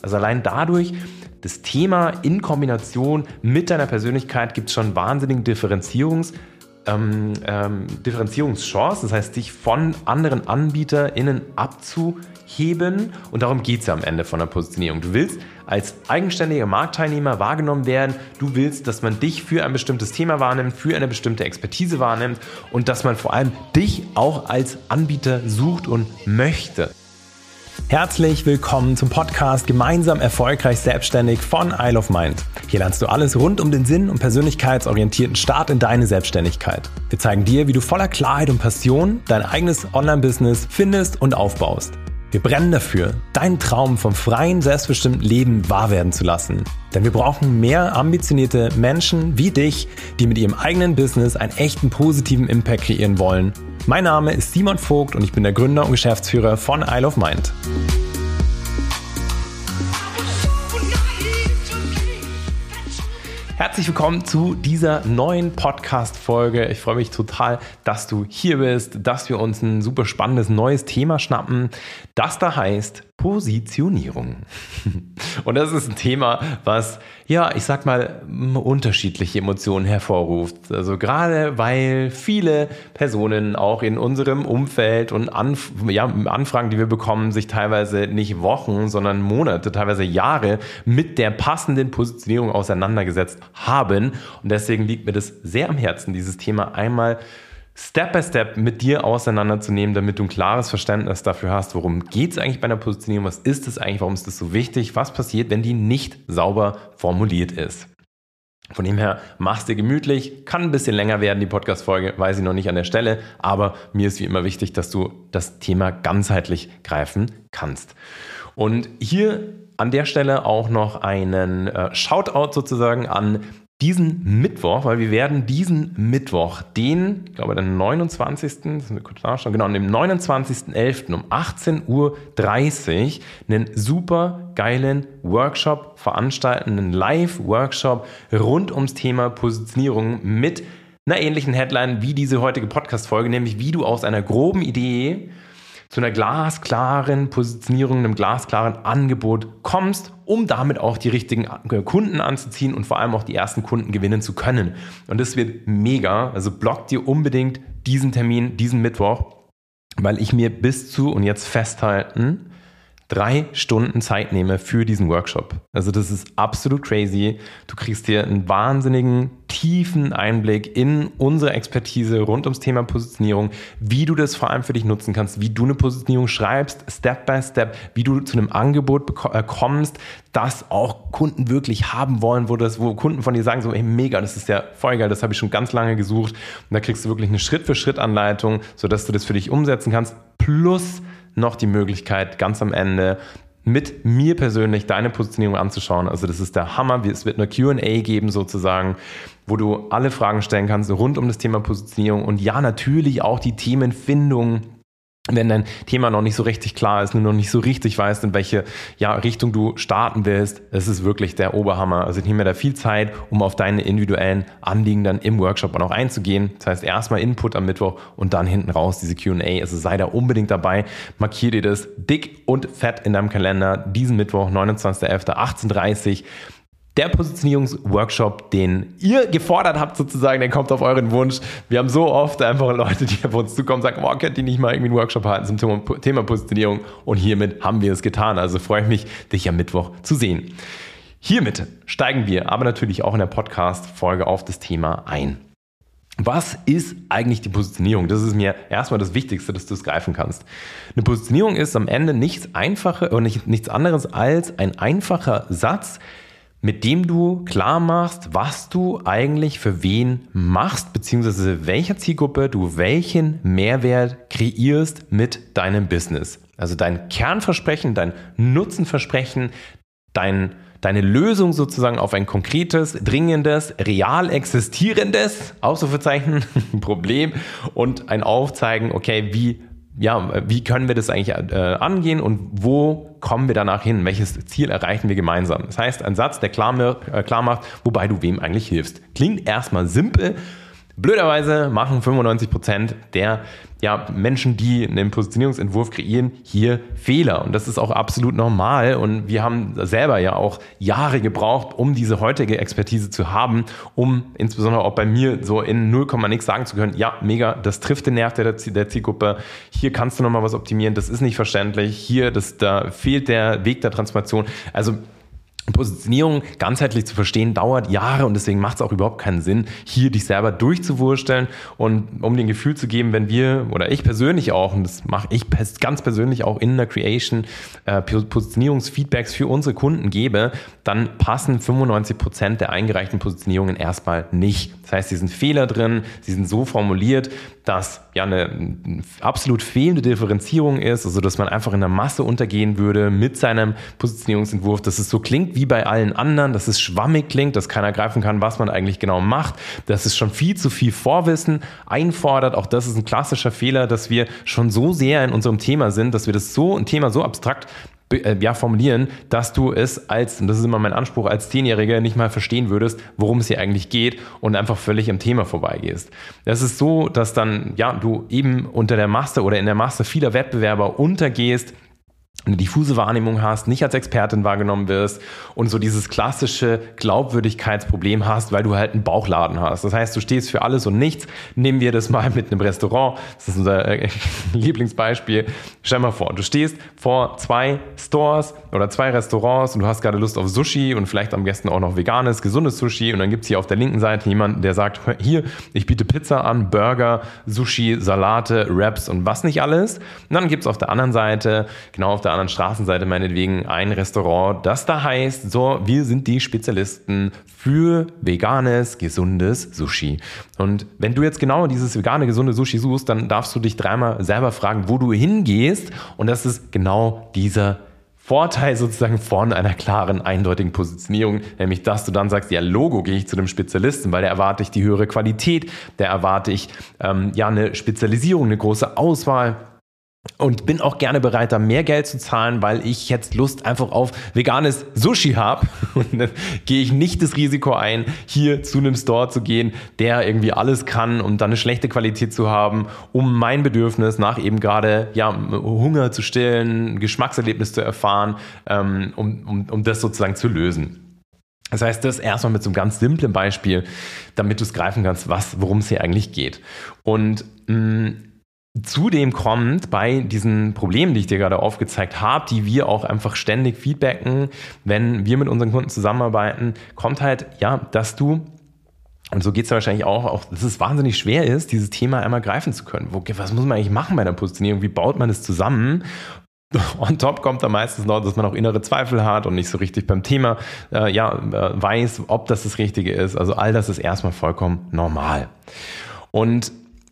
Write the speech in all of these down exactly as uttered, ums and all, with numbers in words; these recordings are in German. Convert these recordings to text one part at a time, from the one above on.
Also allein dadurch, das Thema in Kombination mit deiner Persönlichkeit gibt es schon wahnsinnigen Differenzierungs- Ähm, ähm, Differenzierungschance, das heißt, dich von anderen AnbieterInnen abzuheben, und darum geht es ja am Ende von der Positionierung. Du willst als eigenständiger Marktteilnehmer wahrgenommen werden, du willst, dass man dich für ein bestimmtes Thema wahrnimmt, für eine bestimmte Expertise wahrnimmt und dass man vor allem dich auch als Anbieter sucht und möchte. Herzlich willkommen zum Podcast Gemeinsam erfolgreich selbstständig von Isle of Mind. Hier lernst du alles rund um den sinn- und persönlichkeitsorientierten Start in deine Selbstständigkeit. Wir zeigen dir, wie du voller Klarheit und Passion dein eigenes Online-Business findest und aufbaust. Wir brennen dafür, deinen Traum vom freien, selbstbestimmten Leben wahr werden zu lassen. Denn wir brauchen mehr ambitionierte Menschen wie dich, die mit ihrem eigenen Business einen echten positiven Impact kreieren wollen. Mein Name ist Simon Vogt und ich bin der Gründer und Geschäftsführer von Isle of Mind. Herzlich willkommen zu dieser neuen Podcast-Folge. Ich freue mich total, dass du hier bist, dass wir uns ein super spannendes neues Thema schnappen, das da heißt Positionierung. Und das ist ein Thema, was, ja, ich sag mal, unterschiedliche Emotionen hervorruft. Also gerade weil viele Personen auch in unserem Umfeld und Anf- ja, Anfragen, die wir bekommen, sich teilweise nicht Wochen, sondern Monate, teilweise Jahre mit der passenden Positionierung auseinandergesetzt haben. Und deswegen liegt mir das sehr am Herzen, dieses Thema einmal Step by Step mit dir auseinanderzunehmen, damit du ein klares Verständnis dafür hast, worum geht es eigentlich bei einer Positionierung, was ist es eigentlich, warum ist das so wichtig, was passiert, wenn die nicht sauber formuliert ist. Von dem her, mach's dir gemütlich, kann ein bisschen länger werden, die Podcast-Folge, weiß ich noch nicht an der Stelle, aber mir ist wie immer wichtig, dass du das Thema ganzheitlich greifen kannst. Und hier an der Stelle auch noch einen äh, Shoutout sozusagen an diesen Mittwoch, weil wir werden diesen Mittwoch, den, ich glaube, den neunundzwanzigsten Das müssen wir kurz nachschauen, genau, an dem neunundzwanzigsten elften um achtzehn Uhr dreißig einen super geilen Workshop veranstalten, einen Live-Workshop rund ums Thema Positionierung mit einer ähnlichen Headline wie diese heutige Podcast-Folge, nämlich wie du aus einer groben Idee zu einer glasklaren Positionierung, einem glasklaren Angebot kommst, um damit auch die richtigen Kunden anzuziehen und vor allem auch die ersten Kunden gewinnen zu können. Und das wird mega. Also block dir unbedingt diesen Termin, diesen Mittwoch, weil ich mir bis zu, und jetzt festhalten, drei Stunden Zeit nehme für diesen Workshop. Also das ist absolut crazy. Du kriegst hier einen wahnsinnigen, tiefen Einblick in unsere Expertise rund ums Thema Positionierung, wie du das vor allem für dich nutzen kannst, wie du eine Positionierung schreibst, Step by Step, wie du zu einem Angebot beko- kommst, das auch Kunden wirklich haben wollen, wo, das, wo Kunden von dir sagen, so, ey, mega, das ist ja voll geil, das habe ich schon ganz lange gesucht. Und da kriegst du wirklich eine Schritt-für-Schritt-Anleitung, sodass du das für dich umsetzen kannst, plus noch die Möglichkeit, ganz am Ende mit mir persönlich deine Positionierung anzuschauen. Also das ist der Hammer. Es wird eine Q and A geben sozusagen, wo du alle Fragen stellen kannst rund um das Thema Positionierung und ja, natürlich auch die Themenfindung. Wenn dein Thema noch nicht so richtig klar ist, du noch nicht so richtig weißt, in welche ja, Richtung du starten willst, es ist wirklich der Oberhammer. Also ich nehme mir da viel Zeit, um auf deine individuellen Anliegen dann im Workshop auch noch einzugehen. Das heißt, erstmal Input am Mittwoch und dann hinten raus diese Q and A. Also sei da unbedingt dabei. Markier dir das dick und fett in deinem Kalender. Diesen Mittwoch, neunundzwanzigsten elften achtzehn Uhr dreißig Der Positionierungsworkshop, den ihr gefordert habt sozusagen, der kommt auf euren Wunsch. Wir haben so oft einfach Leute, die auf uns zukommen und sagen, boah, könnt ihr nicht mal irgendwie einen Workshop halten zum Thema, Thema Positionierung? Und hiermit haben wir es getan. Also freue ich mich, dich am Mittwoch zu sehen. Hiermit steigen wir aber natürlich auch in der Podcast-Folge auf das Thema ein. Was ist eigentlich die Positionierung? Das ist mir erstmal das Wichtigste, dass du es greifen kannst. Eine Positionierung ist am Ende nichts einfacher oder nicht, nichts anderes als ein einfacher Satz, mit dem du klar machst, was du eigentlich für wen machst, beziehungsweise welcher Zielgruppe du welchen Mehrwert kreierst mit deinem Business. Also dein Kernversprechen, dein Nutzenversprechen, dein, deine Lösung sozusagen auf ein konkretes, dringendes, real existierendes, Ausrufezeichen, Problem und ein Aufzeigen, okay, wie Ja, wie können wir das eigentlich äh, angehen und wo kommen wir danach hin? Welches Ziel erreichen wir gemeinsam? Das heißt, ein Satz, der klar, äh, klar macht, wobei du wem eigentlich hilfst. Klingt erstmal simpel, Blöderweise machen fünfundneunzig Prozent der ja, Menschen, die einen Positionierungsentwurf kreieren, hier Fehler. Und das ist auch absolut normal. Und wir haben selber ja auch Jahre gebraucht, um diese heutige Expertise zu haben, um insbesondere auch bei mir so in null Komma nix sagen zu können, ja, mega, das trifft den Nerv der, der Zielgruppe. Hier kannst du nochmal was optimieren. Das ist nicht verständlich. Hier, das, da fehlt der Weg der Transformation. Also Positionierung ganzheitlich zu verstehen, dauert Jahre und deswegen macht es auch überhaupt keinen Sinn, hier dich selber durchzuwursteln und um dir ein Gefühl zu geben, wenn wir oder ich persönlich auch, und das mache ich ganz persönlich auch in der Creation, äh, Positionierungsfeedbacks für unsere Kunden gebe, dann passen fünfundneunzig Prozent der eingereichten Positionierungen erstmal nicht. Das heißt, sie sind Fehler drin, sie sind so formuliert, dass ja eine absolut fehlende Differenzierung ist, also dass man einfach in der Masse untergehen würde mit seinem Positionierungsentwurf, dass es so klingt wie bei allen anderen, dass es schwammig klingt, dass keiner greifen kann, was man eigentlich genau macht, dass es schon viel zu viel Vorwissen einfordert. Auch das ist ein klassischer Fehler, dass wir schon so sehr in unserem Thema sind, dass wir das so ein Thema so abstrakt ja, formulieren, dass du es als, und das ist immer mein Anspruch, als Zehnjähriger nicht mal verstehen würdest, worum es hier eigentlich geht und einfach völlig am Thema vorbeigehst. Es ist so, dass dann, ja, du eben unter der Masse oder in der Masse vieler Wettbewerber untergehst, eine diffuse Wahrnehmung hast, nicht als Expertin wahrgenommen wirst und so dieses klassische Glaubwürdigkeitsproblem hast, weil du halt einen Bauchladen hast. Das heißt, du stehst für alles und nichts. Nehmen wir das mal mit einem Restaurant. Das ist unser äh, Lieblingsbeispiel. Stell mal vor, du stehst vor zwei Stores oder zwei Restaurants und du hast gerade Lust auf Sushi und vielleicht am besten auch noch veganes, gesundes Sushi und dann gibt es hier auf der linken Seite jemanden, der sagt, hier, ich biete Pizza an, Burger, Sushi, Salate, Wraps und was nicht alles. Und dann gibt es auf der anderen Seite, genau auf der anderen Straßenseite meinetwegen, ein Restaurant, das da heißt, so, wir sind die Spezialisten für veganes, gesundes Sushi. Und wenn du jetzt genau dieses vegane, gesunde Sushi suchst, dann darfst du dich dreimal selber fragen, wo du hingehst. Und das ist genau dieser Vorteil sozusagen von einer klaren, eindeutigen Positionierung, nämlich dass du dann sagst, ja, Logo gehe ich zu dem Spezialisten, weil da erwarte ich die höhere Qualität, da erwarte ich ähm, ja eine Spezialisierung, eine große Auswahl. Und bin auch gerne bereit, da mehr Geld zu zahlen, weil ich jetzt Lust einfach auf veganes Sushi habe. Und dann gehe ich nicht das Risiko ein, hier zu einem Store zu gehen, der irgendwie alles kann, um dann eine schlechte Qualität zu haben, um mein Bedürfnis nach eben gerade ja, Hunger zu stillen, Geschmackserlebnis zu erfahren, um, um, um das sozusagen zu lösen. Das heißt, das erstmal mit so einem ganz simplen Beispiel, damit du es greifen kannst, was, worum es hier eigentlich geht. Und mh, Zudem kommt bei diesen Problemen, die ich dir gerade aufgezeigt habe, die wir auch einfach ständig feedbacken, wenn wir mit unseren Kunden zusammenarbeiten, kommt halt, ja, dass du, und so geht es ja wahrscheinlich auch, auch, dass es wahnsinnig schwer ist, dieses Thema einmal greifen zu können. Wo, was muss man eigentlich machen bei der Positionierung? Wie baut man es zusammen? On top kommt da meistens noch, dass man auch innere Zweifel hat und nicht so richtig beim Thema äh, ja, äh, weiß, ob das das Richtige ist. Also all das ist erstmal vollkommen normal. Und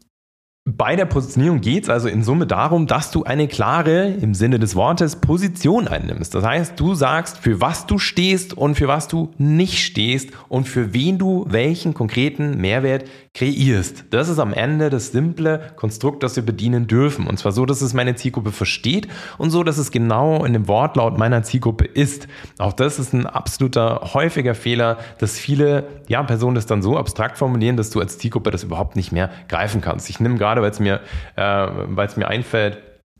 bei der Positionierung geht es also in Summe darum, dass du eine klare, im Sinne des Wortes, Position einnimmst. Das heißt, du sagst, für was du stehst und für was du nicht stehst und für wen du welchen konkreten Mehrwert kreierst. Das ist am Ende das simple Konstrukt, das wir bedienen dürfen. Und zwar so, dass es meine Zielgruppe versteht und so, dass es genau in dem Wortlaut meiner Zielgruppe ist. Auch das ist ein absoluter häufiger Fehler, dass viele ja, Personen das dann so abstrakt formulieren, dass du als Zielgruppe das überhaupt nicht mehr greifen kannst. Ich nehme gerade, weil es mir, äh, weil es mir einfällt,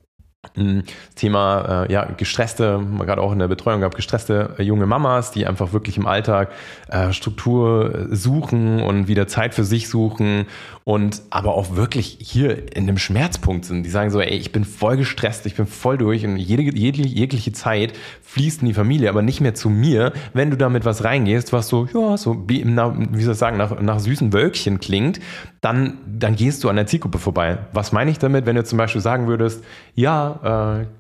das Thema äh, ja, gestresste, gerade auch in der Betreuung gab, gestresste äh, junge Mamas, die einfach wirklich im Alltag äh, Struktur suchen und wieder Zeit für sich suchen und aber auch wirklich hier in dem Schmerzpunkt sind. Die sagen so, ey, ich bin voll gestresst, ich bin voll durch und jede, jede, jegliche Zeit fließt in die Familie, aber nicht mehr zu mir. Wenn du damit was reingehst, was so, ja, so wie, na, wie soll ich sagen, nach, nach süßen Wölkchen klingt, dann, dann gehst du an der Zielgruppe vorbei. Was meine ich damit, wenn du zum Beispiel sagen würdest, ja, äh,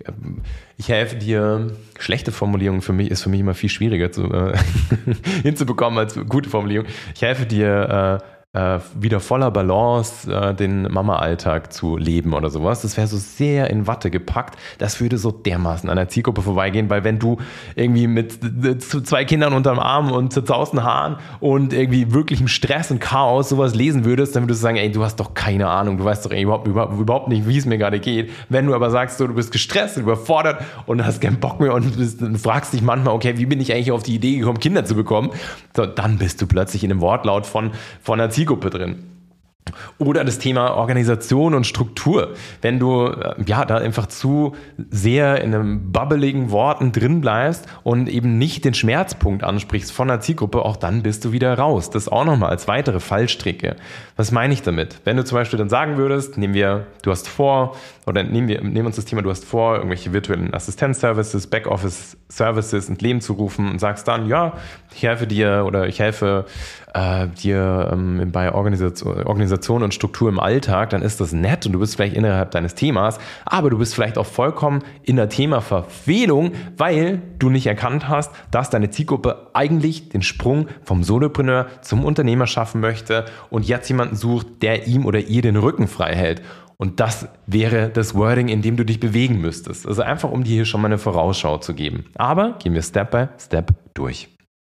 ich helfe dir, schlechte Formulierung für mich ist für mich immer viel schwieriger zu, äh, hinzubekommen als gute Formulierung. Ich helfe dir, äh, äh, wieder voller Balance äh, den Mama-Alltag zu leben oder sowas. Das wäre so sehr in Watte gepackt. Das würde so dermaßen an der Zielgruppe vorbeigehen, weil wenn du irgendwie mit äh, zwei Kindern unterm Arm und zerzausten Haaren und irgendwie wirklichem Stress und Chaos sowas lesen würdest, dann würdest du sagen, ey, du hast doch keine Ahnung, du weißt doch ey, überhaupt, überhaupt, überhaupt nicht, wie es mir gerade geht. Wenn du aber sagst, so, du bist gestresst, überfordert und hast keinen Bock mehr und bist, fragst dich manchmal, okay, wie bin ich eigentlich auf die Idee gekommen, Kinder zu bekommen, so, dann bist du plötzlich in dem Wortlaut von, von einer Zielgruppe Zielgruppe drin. Oder das Thema Organisation und Struktur. Wenn du ja da einfach zu sehr in einem bubbeligen Worten drin bleibst und eben nicht den Schmerzpunkt ansprichst von der Zielgruppe, auch dann bist du wieder raus. Das auch nochmal als weitere Fallstricke. Was meine ich damit? Wenn du zum Beispiel dann sagen würdest, nehmen wir, du hast vor, oder nehmen wir, nehmen uns das Thema, du hast vor, irgendwelche virtuellen Assistenzservices, Backoffice-Services ins Leben zu rufen und sagst dann, ja, ich helfe dir oder ich helfe äh, dir ähm, bei Organisation, Organisation und Struktur im Alltag, dann ist das nett und du bist vielleicht innerhalb deines Themas, aber du bist vielleicht auch vollkommen in der Themaverfehlung, weil du nicht erkannt hast, dass deine Zielgruppe eigentlich den Sprung vom Solopreneur zum Unternehmer schaffen möchte und jetzt jemanden sucht, der ihm oder ihr den Rücken frei hält. Und das wäre das Wording, in dem du dich bewegen müsstest. Also einfach, um dir hier schon mal eine Vorausschau zu geben. Aber gehen wir Step by Step durch.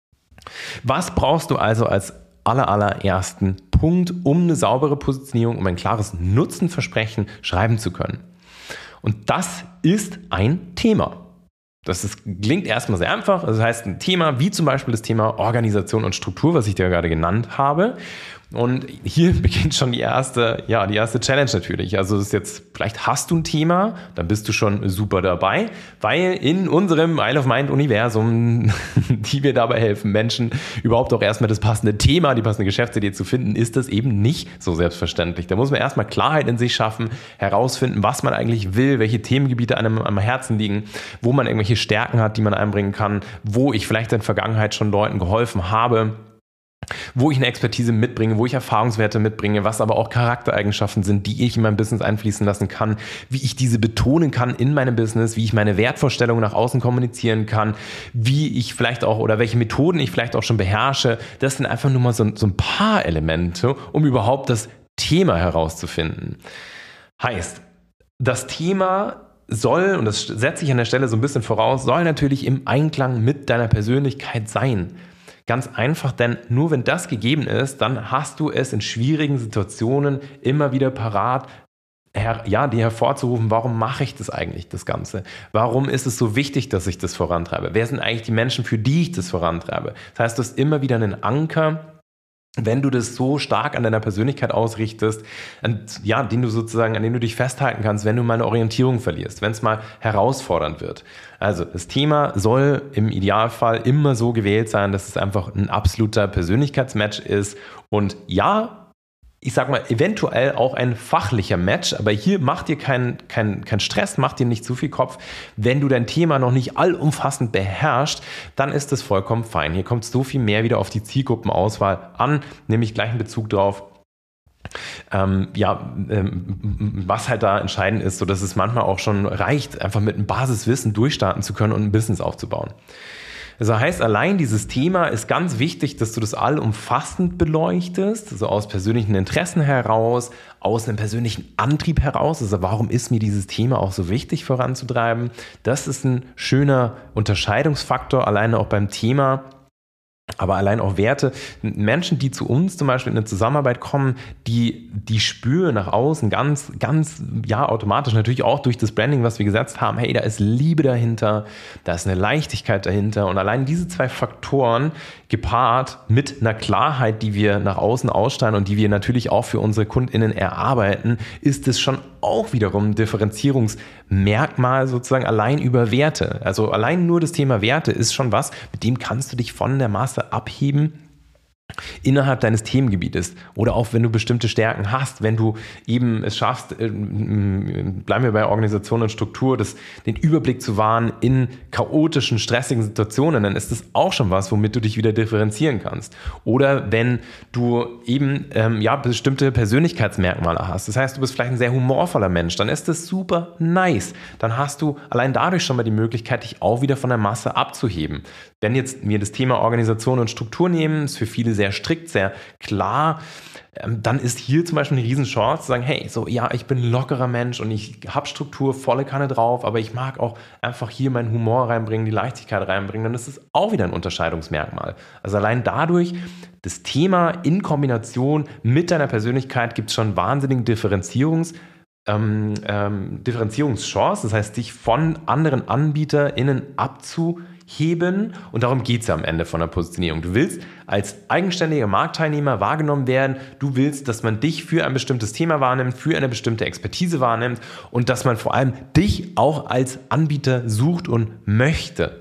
Was brauchst du also als aller, allerersten Punkt, um eine saubere Positionierung, um ein klares Nutzenversprechen schreiben zu können? Und das ist ein Thema. Das ist, klingt erstmal sehr einfach. Das heißt, ein Thema wie zum Beispiel das Thema Organisation und Struktur, was ich dir gerade genannt habe. Und hier beginnt schon die erste, ja, die erste Challenge natürlich. Also das ist jetzt, vielleicht hast du ein Thema, dann bist du schon super dabei, weil in unserem Isle of Mind Universum, die wir dabei helfen, Menschen überhaupt auch erstmal das passende Thema, die passende Geschäftsidee zu finden, ist das eben nicht so selbstverständlich. Da muss man erstmal Klarheit in sich schaffen, herausfinden, was man eigentlich will, welche Themengebiete einem am Herzen liegen, wo man irgendwelche Stärken hat, die man einbringen kann, wo ich vielleicht in der Vergangenheit schon Leuten geholfen habe, wo ich eine Expertise mitbringe, wo ich Erfahrungswerte mitbringe, was aber auch Charaktereigenschaften sind, die ich in mein Business einfließen lassen kann, wie ich diese betonen kann in meinem Business, wie ich meine Wertvorstellungen nach außen kommunizieren kann, wie ich vielleicht auch oder welche Methoden ich vielleicht auch schon beherrsche. Das sind einfach nur mal so, so ein paar Elemente, um überhaupt das Thema herauszufinden. Heißt, das Thema soll, und das setze ich an der Stelle so ein bisschen voraus, soll natürlich im Einklang mit deiner Persönlichkeit sein. Ganz einfach, denn nur wenn das gegeben ist, dann hast du es in schwierigen Situationen immer wieder parat, her, ja, dir hervorzurufen, warum mache ich das eigentlich, das Ganze? Warum ist es so wichtig, dass ich das vorantreibe? Wer sind eigentlich die Menschen, für die ich das vorantreibe? Das heißt, du hast immer wieder einen Anker, wenn du das so stark an deiner Persönlichkeit ausrichtest, und, ja, den du sozusagen, an dem du dich festhalten kannst, wenn du mal eine Orientierung verlierst, wenn es mal herausfordernd wird. Also das Thema soll im Idealfall immer so gewählt sein, dass es einfach ein absoluter Persönlichkeitsmatch ist. Und ja, ich sag mal, eventuell auch ein fachlicher Match, aber hier mach dir keinen kein, kein Stress, mach dir nicht zu viel Kopf. Wenn du dein Thema noch nicht allumfassend beherrschst, dann ist das vollkommen fein. Hier kommt so viel mehr wieder auf die Zielgruppenauswahl an, nämlich gleich in Bezug drauf, Ähm, ja, ähm, was halt da entscheidend ist, so dass es manchmal auch schon reicht, einfach mit einem Basiswissen durchstarten zu können und ein Business aufzubauen. Also heißt, allein dieses Thema ist ganz wichtig, dass du das allumfassend beleuchtest, also aus persönlichen Interessen heraus, aus einem persönlichen Antrieb heraus. Also warum ist mir dieses Thema auch so wichtig voranzutreiben? Das ist ein schöner Unterscheidungsfaktor, alleine auch beim Thema. Aber allein auch Werte, Menschen, die zu uns zum Beispiel in eine Zusammenarbeit kommen, die, die spüren nach außen ganz, ganz, ja, automatisch, natürlich auch durch das Branding, was wir gesetzt haben, hey, da ist Liebe dahinter, da ist eine Leichtigkeit dahinter und allein diese zwei Faktoren gepaart mit einer Klarheit, die wir nach außen ausstrahlen und die wir natürlich auch für unsere KundInnen erarbeiten, ist es schon auch wiederum ein Differenzierungsmerkmal sozusagen allein über Werte. Also allein nur das Thema Werte ist schon was, mit dem kannst du dich von der Masse abheben innerhalb deines Themengebietes oder auch wenn du bestimmte Stärken hast, wenn du eben es schaffst, äh, bleiben wir bei Organisation und Struktur, das, den Überblick zu wahren in chaotischen, stressigen Situationen, dann ist das auch schon was, womit du dich wieder differenzieren kannst. Oder wenn du eben ähm, ja, bestimmte Persönlichkeitsmerkmale hast, das heißt, du bist vielleicht ein sehr humorvoller Mensch, dann ist das super nice. Dann hast du allein dadurch schon mal die Möglichkeit, dich auch wieder von der Masse abzuheben. Wenn jetzt wir das Thema Organisation und Struktur nehmen, ist für viele sehr strikt, sehr klar, dann ist hier zum Beispiel eine Riesenchance zu sagen, hey, so ja, ich bin ein lockerer Mensch und ich habe Struktur, volle Kanne drauf, aber ich mag auch einfach hier meinen Humor reinbringen, die Leichtigkeit reinbringen, dann ist es auch wieder ein Unterscheidungsmerkmal. Also allein dadurch, das Thema in Kombination mit deiner Persönlichkeit gibt es schon wahnsinnigen Differenzierungs- ähm, ähm, Differenzierungschance, das heißt, dich von anderen AnbieterInnen abzu heben und darum geht es ja am Ende von der Positionierung. Du willst als eigenständiger Marktteilnehmer wahrgenommen werden, du willst, dass man dich für ein bestimmtes Thema wahrnimmt, für eine bestimmte Expertise wahrnimmt und dass man vor allem dich auch als Anbieter sucht und möchte.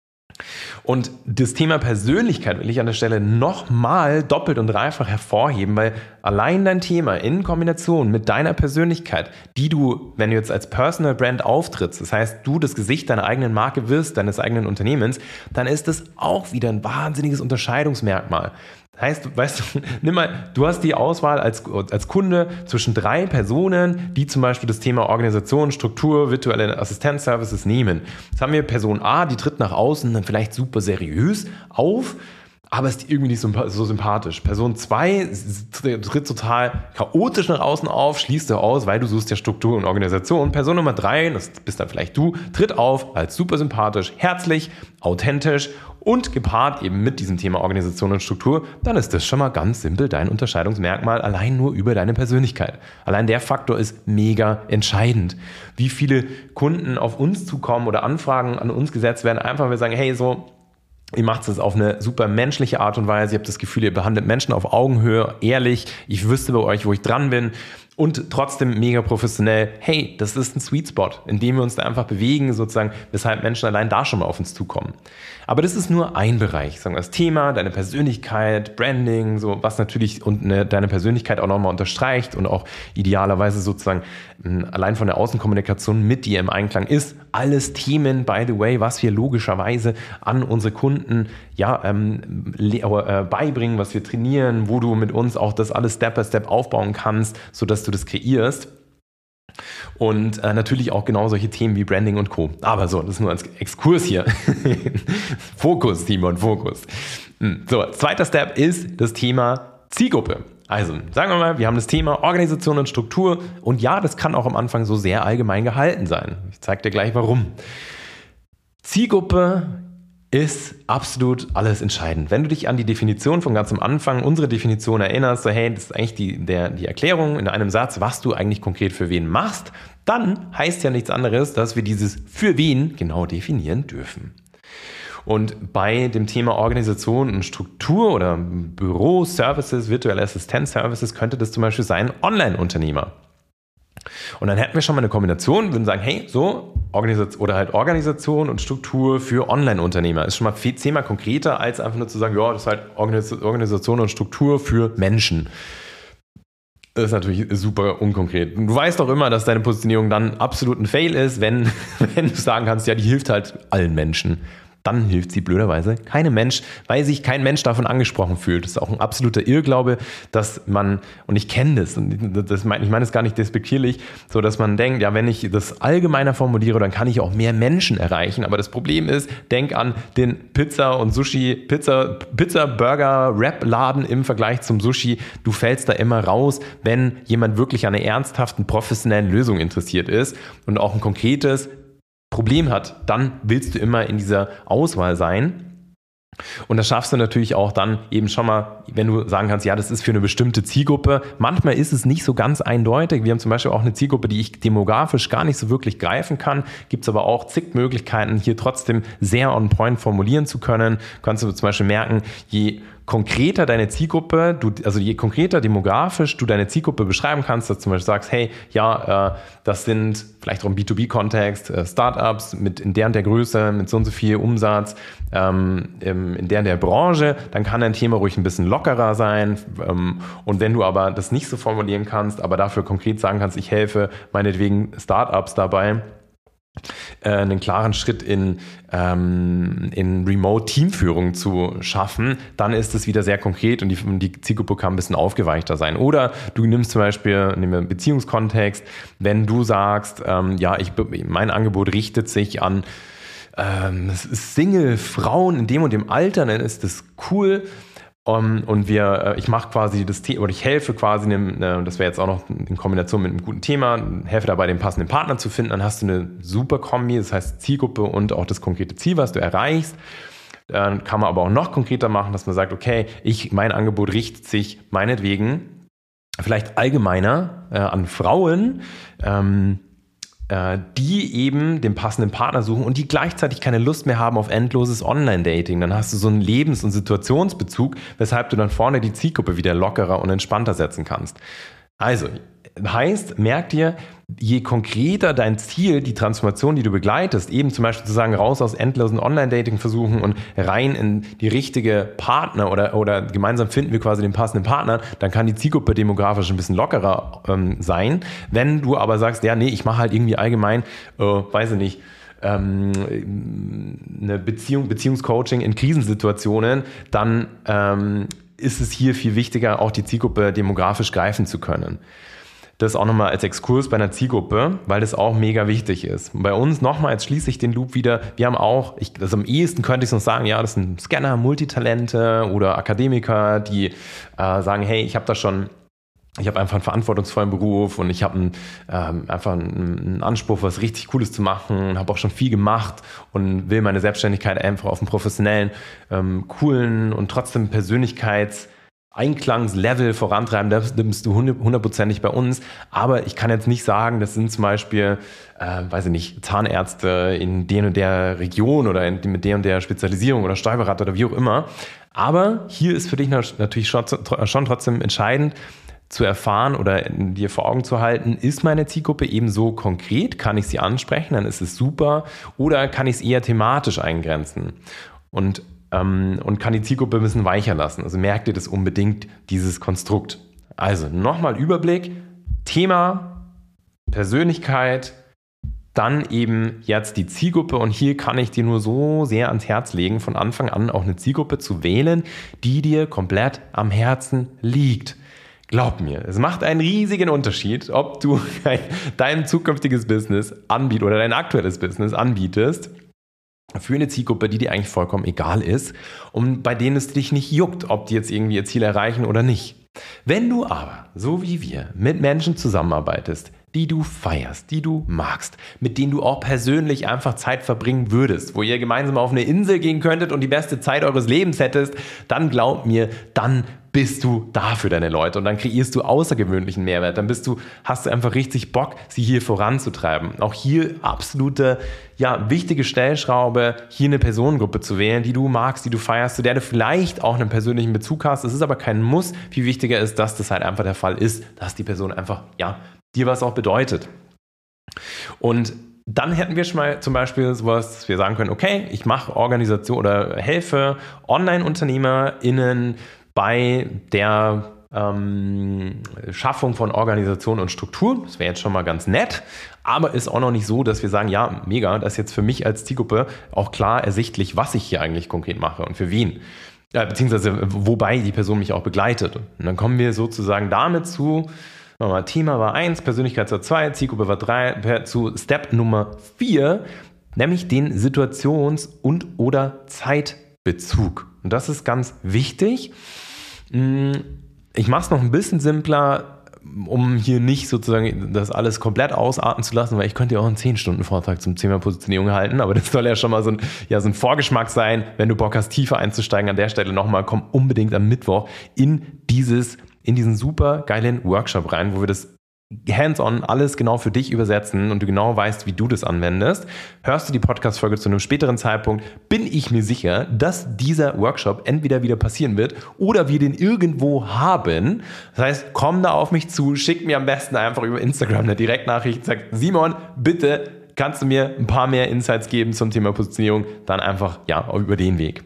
Und das Thema Persönlichkeit will ich an der Stelle nochmal doppelt und dreifach hervorheben, weil allein dein Thema in Kombination mit deiner Persönlichkeit, die du, wenn du jetzt als Personal Brand auftrittst, das heißt, du das Gesicht deiner eigenen Marke wirst, deines eigenen Unternehmens, dann ist das auch wieder ein wahnsinniges Unterscheidungsmerkmal. Das heißt, weißt du, nimm mal, du hast die Auswahl als, als Kunde zwischen drei Personen, die zum Beispiel das Thema Organisation, Struktur, virtuelle Assistenzservices nehmen. Jetzt haben wir Person A, die tritt nach außen dann vielleicht super seriös auf, aber ist irgendwie nicht so, so sympathisch. Person zwei tritt total chaotisch nach außen auf, schließt du aus, weil du suchst ja Struktur und Organisation. Person Nummer drei, das bist dann vielleicht du, tritt auf als super sympathisch, herzlich, authentisch und gepaart eben mit diesem Thema Organisation und Struktur. Dann ist das schon mal ganz simpel dein Unterscheidungsmerkmal, allein nur über deine Persönlichkeit. Allein der Faktor ist mega entscheidend. Wie viele Kunden auf uns zukommen oder Anfragen an uns gesetzt werden, einfach weil wir sagen, hey, so, ihr macht es auf eine super menschliche Art und Weise. Ihr habt das Gefühl, ihr behandelt Menschen auf Augenhöhe, ehrlich. Ich wüsste bei euch, wo ich dran bin. Und trotzdem mega professionell. Hey, das ist ein Sweet Spot, in dem wir uns da einfach bewegen, sozusagen, weshalb Menschen allein da schon mal auf uns zukommen. Aber das ist nur ein Bereich. Sagen wir das Thema, deine Persönlichkeit, Branding, so was natürlich und eine, deine Persönlichkeit auch nochmal unterstreicht und auch idealerweise sozusagen allein von der Außenkommunikation mit dir im Einklang ist. Alles Themen, by the way, was wir logischerweise an unsere Kunden ja, ähm, äh, beibringen, was wir trainieren, wo du mit uns auch das alles Step by Step aufbauen kannst, sodass du das kreierst. Und äh, natürlich auch genau solche Themen wie Branding und Co. Aber so, das ist nur als Exkurs hier. Fokus, Timon, Fokus. So, zweiter Step ist das Thema Zielgruppe. Also, sagen wir mal, wir haben das Thema Organisation und Struktur und ja, das kann auch am Anfang so sehr allgemein gehalten sein. Ich zeige dir gleich warum. Zielgruppe ist absolut alles entscheidend. Wenn du dich an die Definition von ganz am Anfang, unsere Definition erinnerst, so hey, das ist eigentlich die, der, die Erklärung in einem Satz, was du eigentlich konkret für wen machst, dann heißt ja nichts anderes, dass wir dieses für wen genau definieren dürfen. Und bei dem Thema Organisation und Struktur oder Büro, Services, virtuelle Assistenzservices könnte das zum Beispiel sein Online-Unternehmer. Und dann hätten wir schon mal eine Kombination, würden sagen, hey, so, Organisation oder halt Organisation und Struktur für Online-Unternehmer ist schon mal zehnmal konkreter, als einfach nur zu sagen, ja, das ist halt Organisation und Struktur für Menschen. Das ist natürlich super unkonkret. Du weißt doch immer, dass deine Positionierung dann absolut ein Fail ist, wenn, wenn du sagen kannst, ja, die hilft halt allen Menschen. Dann hilft sie blöderweise keinem Mensch, weil sich kein Mensch davon angesprochen fühlt. Das ist auch ein absoluter Irrglaube, dass man, und ich kenne das, und das mein, ich meine es gar nicht despektierlich, so dass man denkt, ja, wenn ich das allgemeiner formuliere, dann kann ich auch mehr Menschen erreichen. Aber das Problem ist, denk an den Pizza- und Sushi, Pizza, Pizza, Burger, Wrap-Laden im Vergleich zum Sushi. Du fällst da immer raus, wenn jemand wirklich an einer ernsthaften, professionellen Lösung interessiert ist und auch ein konkretes Problem hat, dann willst du immer in dieser Auswahl sein. Und das schaffst du natürlich auch dann eben schon mal, wenn du sagen kannst, ja, das ist für eine bestimmte Zielgruppe. Manchmal ist es nicht so ganz eindeutig. Wir haben zum Beispiel auch eine Zielgruppe, die ich demografisch gar nicht so wirklich greifen kann. Gibt es aber auch zig Möglichkeiten, hier trotzdem sehr on point formulieren zu können. Kannst du zum Beispiel merken, je konkreter deine Zielgruppe, du, also je konkreter demografisch du deine Zielgruppe beschreiben kannst, dass du zum Beispiel sagst, hey, ja, äh, das sind vielleicht auch im B zwei B Kontext äh, Startups mit in der und der Größe, mit so und so viel Umsatz, ähm, in der und der Branche, dann kann dein Thema ruhig ein bisschen lockerer sein. Ähm, und wenn du aber das nicht so formulieren kannst, aber dafür konkret sagen kannst, ich helfe meinetwegen Startups dabei, einen klaren Schritt in, ähm, in Remote-Teamführung zu schaffen, dann ist es wieder sehr konkret und die, die Zielgruppe kann ein bisschen aufgeweichter sein. Oder du nimmst zum Beispiel, nehmen wir einen Beziehungskontext, wenn du sagst, ähm, ja, ich, mein Angebot richtet sich an ähm, Single-Frauen in dem und dem Alter, dann ist das cool. Um, und wir, ich mache quasi das Thema, oder ich helfe quasi, einem, das wäre jetzt auch noch in Kombination mit einem guten Thema, helfe dabei, den passenden Partner zu finden, dann hast du eine super Kombi, das heißt Zielgruppe und auch das konkrete Ziel, was du erreichst. Dann kann man aber auch noch konkreter machen, dass man sagt, okay, ich, mein Angebot richtet sich meinetwegen vielleicht allgemeiner äh, an Frauen, ähm, die eben den passenden Partner suchen und die gleichzeitig keine Lust mehr haben auf endloses Online-Dating. Dann hast du so einen Lebens- und Situationsbezug, weshalb du dann vorne die Zielgruppe wieder lockerer und entspannter setzen kannst. Also, heißt, merk dir, je konkreter dein Ziel, die Transformation, die du begleitest, eben zum Beispiel zu sagen, raus aus endlosen Online-Dating versuchen und rein in die richtige Partner oder, oder gemeinsam finden wir quasi den passenden Partner, dann kann die Zielgruppe demografisch ein bisschen lockerer ähm, sein. Wenn du aber sagst, ja, nee, ich mache halt irgendwie allgemein, äh, weiß ich nicht, ähm, eine Beziehung, Beziehungscoaching in Krisensituationen, dann ähm, ist es hier viel wichtiger, auch die Zielgruppe demografisch greifen zu können. Das auch nochmal als Exkurs bei einer Zielgruppe, weil das auch mega wichtig ist. Und bei uns nochmal, jetzt schließe ich den Loop wieder, wir haben auch, ich, also am ehesten könnte ich noch sagen, ja, das sind Scanner, Multitalente oder Akademiker, die äh, sagen, hey, ich habe da schon, ich habe einfach einen verantwortungsvollen Beruf und ich habe einen, ähm, einfach einen, einen Anspruch, was richtig Cooles zu machen, habe auch schon viel gemacht und will meine Selbstständigkeit einfach auf einem professionellen, ähm, coolen und trotzdem Persönlichkeits- Einklangslevel vorantreiben, das nimmst du hundertprozentig bei uns. Aber ich kann jetzt nicht sagen, das sind zum Beispiel, äh, weiß ich nicht, Zahnärzte in der und der Region oder in, mit der und der Spezialisierung oder Steuerberater oder wie auch immer. Aber hier ist für dich natürlich schon, schon trotzdem entscheidend, zu erfahren oder dir vor Augen zu halten, ist meine Zielgruppe eben so konkret? Kann ich sie ansprechen? Dann ist es super. Oder kann ich es eher thematisch eingrenzen? Und und kann die Zielgruppe ein bisschen weicher lassen. Also merkt ihr das unbedingt, dieses Konstrukt. Also nochmal Überblick, Thema, Persönlichkeit, dann eben jetzt die Zielgruppe und hier kann ich dir nur so sehr ans Herz legen, von Anfang an auch eine Zielgruppe zu wählen, die dir komplett am Herzen liegt. Glaub mir, es macht einen riesigen Unterschied, ob du dein zukünftiges Business anbietest oder dein aktuelles Business anbietest, für eine Zielgruppe, die dir eigentlich vollkommen egal ist und bei denen es dich nicht juckt, ob die jetzt irgendwie ihr Ziel erreichen oder nicht. Wenn du aber, so wie wir, mit Menschen zusammenarbeitest, die du feierst, die du magst, mit denen du auch persönlich einfach Zeit verbringen würdest, wo ihr gemeinsam auf eine Insel gehen könntet und die beste Zeit eures Lebens hättest, dann glaub mir, dann bist du da für deine Leute und dann kreierst du außergewöhnlichen Mehrwert. Dann bist du, hast du einfach richtig Bock, sie hier voranzutreiben. Auch hier absolute, ja, wichtige Stellschraube, hier eine Personengruppe zu wählen, die du magst, die du feierst, zu der du vielleicht auch einen persönlichen Bezug hast. Das ist aber kein Muss. Viel wichtiger ist, dass das halt einfach der Fall ist, dass die Person einfach, ja, dir was auch bedeutet. Und dann hätten wir schon mal zum Beispiel sowas, dass wir sagen können, okay, ich mache Organisation oder helfe Online-UnternehmerInnen bei der ähm, Schaffung von Organisation und Struktur. Das wäre jetzt schon mal ganz nett, aber ist auch noch nicht so, dass wir sagen, ja, mega, das ist jetzt für mich als Zielgruppe auch klar ersichtlich, was ich hier eigentlich konkret mache und für wen. Ja, beziehungsweise wobei die Person mich auch begleitet. Und dann kommen wir sozusagen damit zu, mal, Thema war eins, Persönlichkeit war zwei, Zielgruppe war drei, zu Step Nummer vier, nämlich den Situations- und oder Zeitbezug. Und das ist ganz wichtig. Ich mache es noch ein bisschen simpler, um hier nicht sozusagen das alles komplett ausarten zu lassen, weil ich könnte ja auch einen zehn Stunden Vortrag zum Thema Positionierung halten, aber das soll ja schon mal so ein, ja, so ein Vorgeschmack sein. Wenn du Bock hast, tiefer einzusteigen, an der Stelle nochmal, komm unbedingt am Mittwoch in dieses, in diesen super geilen Workshop rein, wo wir das hands-on alles genau für dich übersetzen und du genau weißt, wie du das anwendest. Hörst du die Podcast-Folge zu einem späteren Zeitpunkt, bin ich mir sicher, dass dieser Workshop entweder wieder passieren wird oder wir den irgendwo haben. Das heißt, komm da auf mich zu, schick mir am besten einfach über Instagram eine Direktnachricht, sag, Simon, bitte kannst du mir ein paar mehr Insights geben zum Thema Positionierung, dann einfach, ja, über den Weg.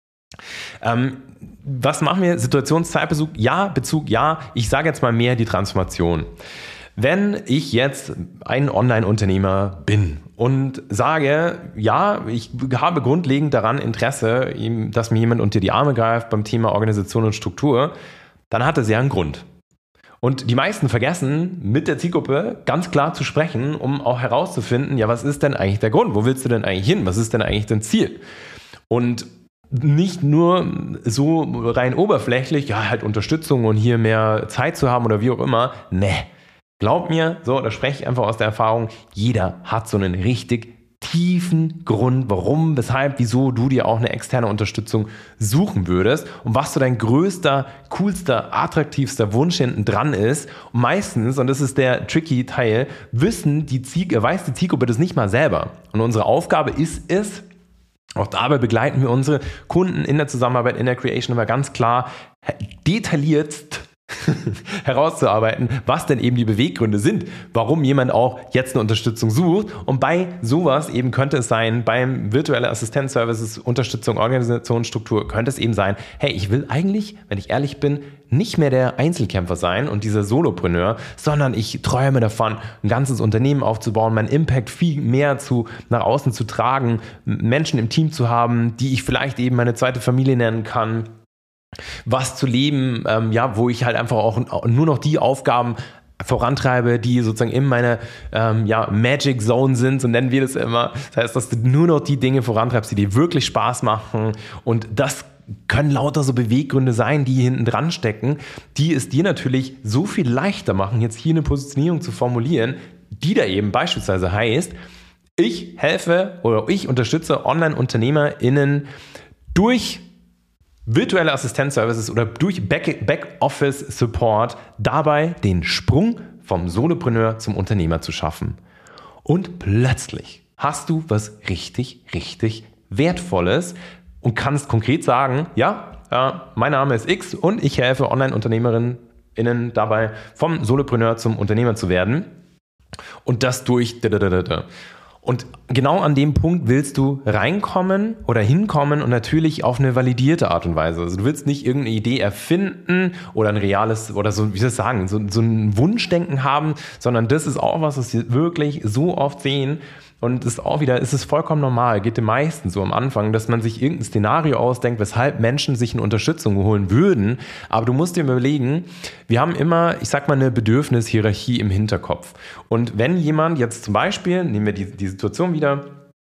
Ähm, was machen wir? Situationszeitbezug, ja, Bezug, ja. Ich sage jetzt mal mehr die Transformation. Wenn ich jetzt ein Online-Unternehmer bin und sage, ja, ich habe grundlegend daran Interesse, dass mir jemand unter die Arme greift beim Thema Organisation und Struktur, dann hat das ja einen Grund. Und die meisten vergessen, mit der Zielgruppe ganz klar zu sprechen, um auch herauszufinden, ja, was ist denn eigentlich der Grund? Wo willst du denn eigentlich hin? Was ist denn eigentlich dein Ziel? Und nicht nur so rein oberflächlich, ja, halt Unterstützung und hier mehr Zeit zu haben oder wie auch immer. Nee, glaub mir, so, da spreche ich einfach aus der Erfahrung, jeder hat so einen richtig tiefen Grund, warum, weshalb, wieso du dir auch eine externe Unterstützung suchen würdest und was so dein größter, coolster, attraktivster Wunsch hinten dran ist. Und meistens, und das ist der tricky Teil, wissen die Ziel, weiß die Zielgruppe das nicht mal selber. Und unsere Aufgabe ist es, auch dabei begleiten wir unsere Kunden in der Zusammenarbeit, in der Creation immer ganz klar, detailliert herauszuarbeiten, was denn eben die Beweggründe sind, warum jemand auch jetzt eine Unterstützung sucht. Und bei sowas eben könnte es sein, beim virtuelle Assistenzservices, Unterstützung, Organisationsstruktur, könnte es eben sein, hey, ich will eigentlich, wenn ich ehrlich bin, nicht mehr der Einzelkämpfer sein und dieser Solopreneur, sondern ich träume davon, ein ganzes Unternehmen aufzubauen, meinen Impact viel mehr zu, nach außen zu tragen, Menschen im Team zu haben, die ich vielleicht eben meine zweite Familie nennen kann, was zu leben, ähm, ja, wo ich halt einfach auch nur noch die Aufgaben vorantreibe, die sozusagen in meiner ähm, ja, Magic Zone sind, so nennen wir das immer. Das heißt, dass du nur noch die Dinge vorantreibst, die dir wirklich Spaß machen, und das können lauter so Beweggründe sein, die hinten dran stecken, die es dir natürlich so viel leichter machen, jetzt hier eine Positionierung zu formulieren, die da eben beispielsweise heißt, ich helfe oder ich unterstütze Online-UnternehmerInnen durch virtuelle Assistenzservices oder durch Back- Backoffice-Support dabei, den Sprung vom Solopreneur zum Unternehmer zu schaffen. Und plötzlich hast du was richtig, richtig Wertvolles und kannst konkret sagen, ja, äh, mein Name ist X und ich helfe Online-UnternehmerInnen dabei, vom Solopreneur zum Unternehmer zu werden. Und das durch da, da, da, da. Und genau an dem Punkt willst du reinkommen oder hinkommen und natürlich auf eine validierte Art und Weise. Also du willst nicht irgendeine Idee erfinden oder ein reales oder so, wie soll ich sagen, so, so ein Wunschdenken haben, sondern das ist auch was, was wir wirklich so oft sehen. Und es ist auch wieder, es ist vollkommen normal, geht den meisten so am Anfang, dass man sich irgendein Szenario ausdenkt, weshalb Menschen sich eine Unterstützung holen würden. Aber du musst dir überlegen, wir haben immer, ich sag mal, eine Bedürfnishierarchie im Hinterkopf. Und wenn jemand jetzt zum Beispiel, nehmen wir die, die Situation wieder,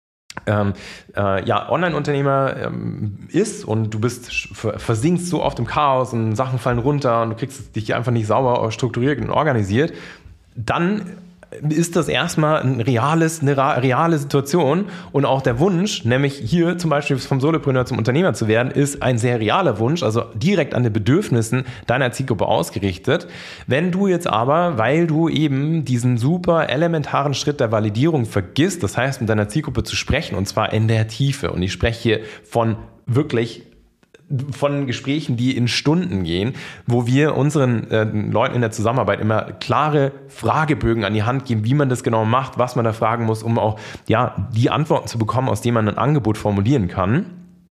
Ähm, äh, ja, Online-Unternehmer ähm, ist und du bist versinkst so oft im Chaos und Sachen fallen runter und du kriegst dich einfach nicht sauber strukturiert und organisiert, dann ist das erstmal ein reales, eine reale Situation, und auch der Wunsch, nämlich hier zum Beispiel vom Solopreneur zum Unternehmer zu werden, ist ein sehr realer Wunsch, also direkt an den Bedürfnissen deiner Zielgruppe ausgerichtet. Wenn du jetzt aber, weil du eben diesen super elementaren Schritt der Validierung vergisst, das heißt, mit deiner Zielgruppe zu sprechen, und zwar in der Tiefe, und ich spreche hier von wirklich von Gesprächen, die in Stunden gehen, wo wir unseren äh, Leuten in der Zusammenarbeit immer klare Fragebögen an die Hand geben, wie man das genau macht, was man da fragen muss, um auch ja, die Antworten zu bekommen, aus denen man ein Angebot formulieren kann.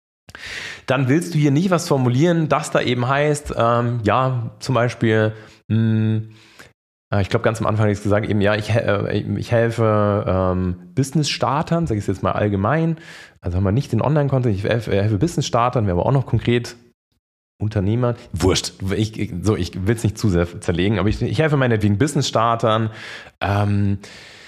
Dann willst du hier nicht was formulieren, das da eben heißt, ähm, ja, zum Beispiel, mh, ich glaube, ganz am Anfang habe ich gesagt, eben, ja, ich, äh, ich helfe ähm, Business-Startern, sage ich es jetzt mal allgemein. Also haben wir nicht den Online-Content, ich helfe, helfe Business-Startern, wir haben aber auch noch konkret Unternehmern. Wurscht, ich, so, ich will es nicht zu sehr zerlegen, aber ich, ich helfe meinetwegen Business-Startern, ähm,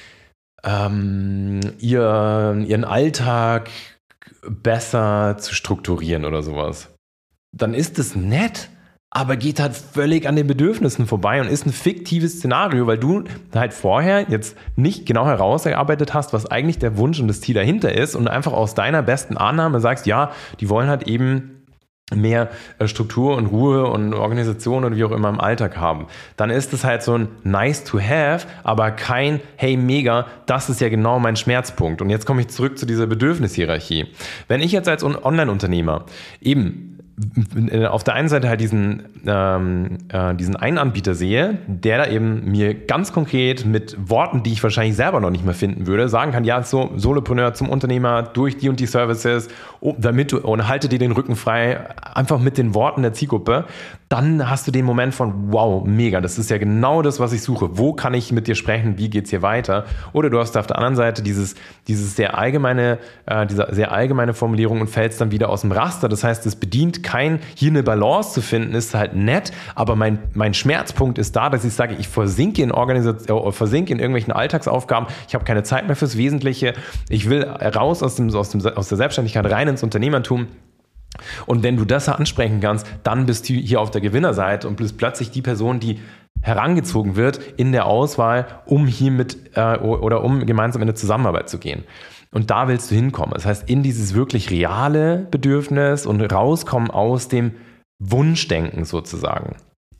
ähm, ihr, ihren Alltag besser zu strukturieren oder sowas. Dann ist es nett, aber geht halt völlig an den Bedürfnissen vorbei und ist ein fiktives Szenario, weil du halt vorher jetzt nicht genau herausgearbeitet hast, was eigentlich der Wunsch und das Ziel dahinter ist, und einfach aus deiner besten Annahme sagst, ja, die wollen halt eben mehr Struktur und Ruhe und Organisation und wie auch immer im Alltag haben. Dann ist es halt so ein nice to have, aber kein hey mega, das ist ja genau mein Schmerzpunkt. Und jetzt komme ich zurück zu dieser Bedürfnishierarchie. Wenn ich jetzt als Online-Unternehmer eben auf der einen Seite halt diesen, ähm, äh, diesen einen Anbieter sehe, der da eben mir ganz konkret mit Worten, die ich wahrscheinlich selber noch nicht mehr finden würde, sagen kann, ja, so Solopreneur zum Unternehmer durch die und die Services, oh, damit du, und halte dir den Rücken frei, einfach mit den Worten der Zielgruppe, dann hast du den Moment von, wow, mega, das ist ja genau das, was ich suche. Wo kann ich mit dir sprechen? Wie geht's hier weiter? Oder du hast auf der anderen Seite dieses, dieses sehr allgemeine, äh, diese sehr allgemeine Formulierung und fällst dann wieder aus dem Raster. Das heißt, es bedient kein, hier eine Balance zu finden, ist halt nett, aber mein, mein Schmerzpunkt ist da, dass ich sage, ich versinke in Organisation, versinke in irgendwelchen Alltagsaufgaben, ich habe keine Zeit mehr fürs Wesentliche, ich will raus aus, dem, aus, dem, aus der Selbstständigkeit rein ins Unternehmertum. Und wenn du das ansprechen kannst, dann bist du hier auf der Gewinnerseite und bist plötzlich die Person, die herangezogen wird in der Auswahl, um hier mit äh, oder um gemeinsam in eine Zusammenarbeit zu gehen. Und da willst du hinkommen. Das heißt, in dieses wirklich reale Bedürfnis und rauskommen aus dem Wunschdenken sozusagen.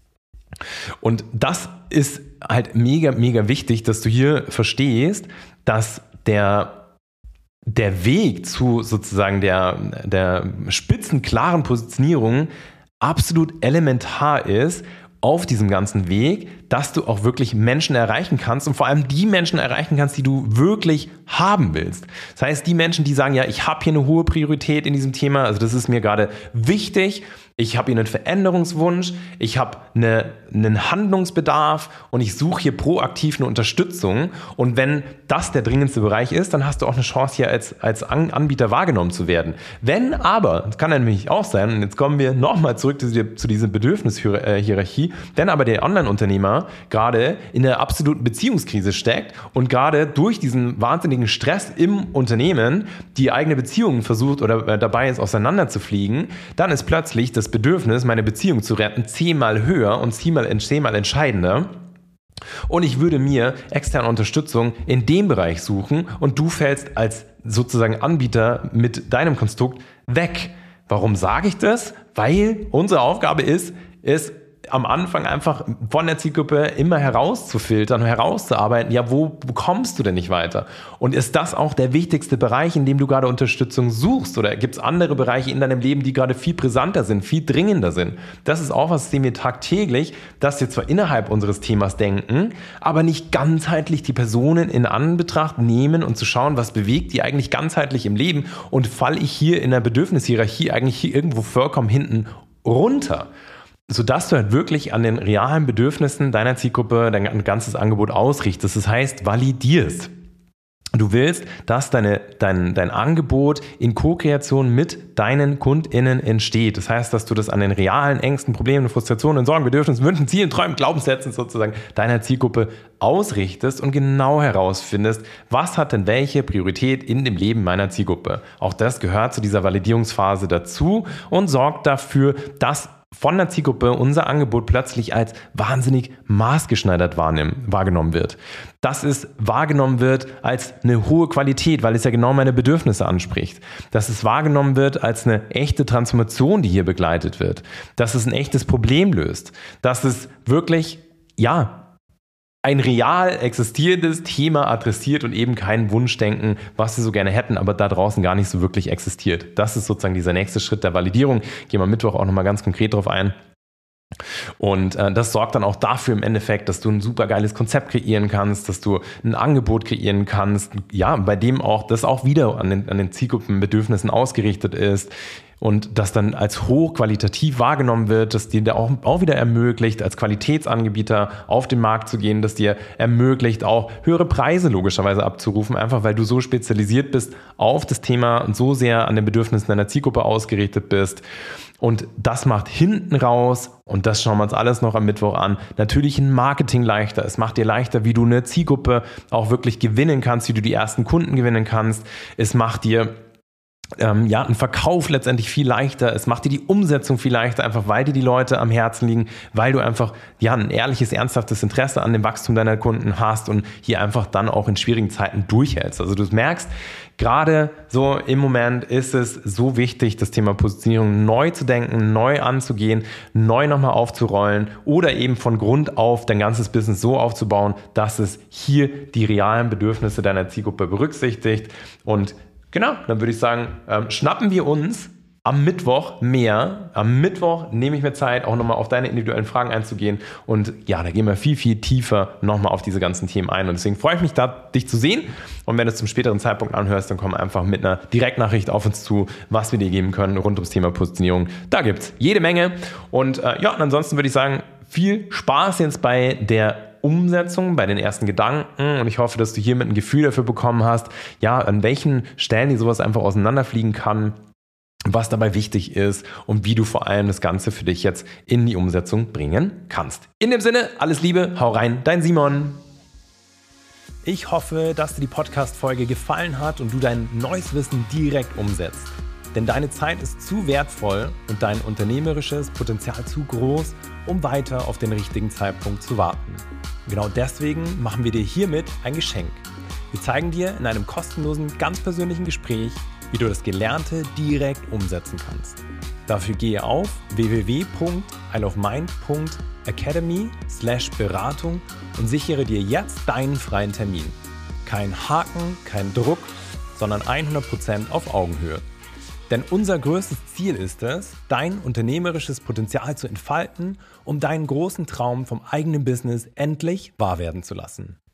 Und das ist halt mega, mega wichtig, dass du hier verstehst, dass der, der Weg zu sozusagen der, der spitzenklaren Positionierung absolut elementar ist auf diesem ganzen Weg, dass du auch wirklich Menschen erreichen kannst und vor allem die Menschen erreichen kannst, die du wirklich haben willst. Das heißt, die Menschen, die sagen, ja, ich habe hier eine hohe Priorität in diesem Thema, also das ist mir gerade wichtig, ich habe hier einen Veränderungswunsch, ich habe eine, einen Handlungsbedarf und ich suche hier proaktiv eine Unterstützung. Und wenn das der dringendste Bereich ist, dann hast du auch eine Chance, hier als, als Anbieter wahrgenommen zu werden. Wenn aber, das kann nämlich auch sein, und jetzt kommen wir nochmal zurück zu, die, zu dieser Bedürfnishierarchie, wenn aber der Online-Unternehmer gerade in einer absoluten Beziehungskrise steckt und gerade durch diesen wahnsinnigen Stress im Unternehmen die eigene Beziehung versucht oder dabei ist, auseinanderzufliegen, dann ist plötzlich das Bedürfnis, meine Beziehung zu retten, zehnmal höher und zehnmal, zehnmal entscheidender. Und ich würde mir externe Unterstützung in dem Bereich suchen und du fällst als sozusagen Anbieter mit deinem Konstrukt weg. Warum sage ich das? Weil unsere Aufgabe ist, es am Anfang einfach von der Zielgruppe immer herauszufiltern, herauszuarbeiten, ja, wo kommst du denn nicht weiter? Und ist das auch der wichtigste Bereich, in dem du gerade Unterstützung suchst? Oder gibt es andere Bereiche in deinem Leben, die gerade viel brisanter sind, viel dringender sind? Das ist auch was, das sehen wir tagtäglich, dass wir zwar innerhalb unseres Themas denken, aber nicht ganzheitlich die Personen in Anbetracht nehmen und zu schauen, was bewegt die eigentlich ganzheitlich im Leben und falle ich hier in der Bedürfnishierarchie eigentlich hier irgendwo vollkommen hinten runter, sodass du halt wirklich an den realen Bedürfnissen deiner Zielgruppe dein ganzes Angebot ausrichtest. Das heißt, validierst. Du willst, dass deine, dein, dein Angebot in Co-Kreation mit deinen KundInnen entsteht. Das heißt, dass du das an den realen Ängsten, Problemen, Frustrationen, Sorgen, Bedürfnissen, Wünschen, Zielen, Träumen, Glaubenssätzen sozusagen deiner Zielgruppe ausrichtest und genau herausfindest, was hat denn welche Priorität in dem Leben meiner Zielgruppe. Auch das gehört zu dieser Validierungsphase dazu und sorgt dafür, dass von der Zielgruppe unser Angebot plötzlich als wahnsinnig maßgeschneidert wahrgenommen wird. Dass es wahrgenommen wird als eine hohe Qualität, weil es ja genau meine Bedürfnisse anspricht. Dass es wahrgenommen wird als eine echte Transformation, die hier begleitet wird. Dass es ein echtes Problem löst. Dass es wirklich, ja, ein real existierendes Thema adressiert und eben kein Wunschdenken, was sie so gerne hätten, aber da draußen gar nicht so wirklich existiert. Das ist sozusagen dieser nächste Schritt der Validierung. Gehen wir am Mittwoch auch nochmal ganz konkret drauf ein. Und äh, das sorgt dann auch dafür im Endeffekt, dass du ein super geiles Konzept kreieren kannst, dass du ein Angebot kreieren kannst, ja, bei dem auch das auch wieder an den, an den Zielgruppenbedürfnissen ausgerichtet ist. Und das dann als hochqualitativ wahrgenommen wird, dass dir da auch, auch wieder ermöglicht, als Qualitätsanbieter auf den Markt zu gehen, dass dir ermöglicht, auch höhere Preise logischerweise abzurufen, einfach weil du so spezialisiert bist auf das Thema und so sehr an den Bedürfnissen deiner Zielgruppe ausgerichtet bist. Und das macht hinten raus, und das schauen wir uns alles noch am Mittwoch an, natürlich ein Marketing leichter. Es macht dir leichter, wie du eine Zielgruppe auch wirklich gewinnen kannst, wie du die ersten Kunden gewinnen kannst. Es macht dir Ähm, ja, ein Verkauf letztendlich viel leichter. Es macht dir die Umsetzung viel leichter, einfach weil dir die Leute am Herzen liegen, weil du einfach ja ein ehrliches, ernsthaftes Interesse an dem Wachstum deiner Kunden hast und hier einfach dann auch in schwierigen Zeiten durchhältst. Also du merkst, gerade so im Moment ist es so wichtig, das Thema Positionierung neu zu denken, neu anzugehen, neu nochmal aufzurollen oder eben von Grund auf dein ganzes Business so aufzubauen, dass es hier die realen Bedürfnisse deiner Zielgruppe berücksichtigt. Und genau, dann würde ich sagen, ähm, schnappen wir uns am Mittwoch mehr. Am Mittwoch nehme ich mir Zeit, auch nochmal auf deine individuellen Fragen einzugehen. Und ja, da gehen wir viel, viel tiefer nochmal auf diese ganzen Themen ein. Und deswegen freue ich mich da, dich zu sehen. Und wenn du es zum späteren Zeitpunkt anhörst, dann komm einfach mit einer Direktnachricht auf uns zu, was wir dir geben können rund ums Thema Positionierung. Da gibt es jede Menge. Und äh, ja, und ansonsten würde ich sagen, viel Spaß jetzt bei der Umsetzung, bei den ersten Gedanken, und ich hoffe, dass du hiermit ein Gefühl dafür bekommen hast, ja, an welchen Stellen dir sowas einfach auseinanderfliegen kann, was dabei wichtig ist und wie du vor allem das Ganze für dich jetzt in die Umsetzung bringen kannst. In dem Sinne, alles Liebe, hau rein, dein Simon. Ich hoffe, dass dir die Podcast-Folge gefallen hat und du dein neues Wissen direkt umsetzt. Denn deine Zeit ist zu wertvoll und dein unternehmerisches Potenzial zu groß, um weiter auf den richtigen Zeitpunkt zu warten. Genau deswegen machen wir dir hiermit ein Geschenk. Wir zeigen dir in einem kostenlosen, ganz persönlichen Gespräch, wie du das Gelernte direkt umsetzen kannst. Dafür gehe auf w w w punkt isle of mind punkt academy slash Beratung und sichere dir jetzt deinen freien Termin. Kein Haken, kein Druck, sondern hundert Prozent auf Augenhöhe. Denn unser größtes Ziel ist es, dein unternehmerisches Potenzial zu entfalten, um deinen großen Traum vom eigenen Business endlich wahr werden zu lassen.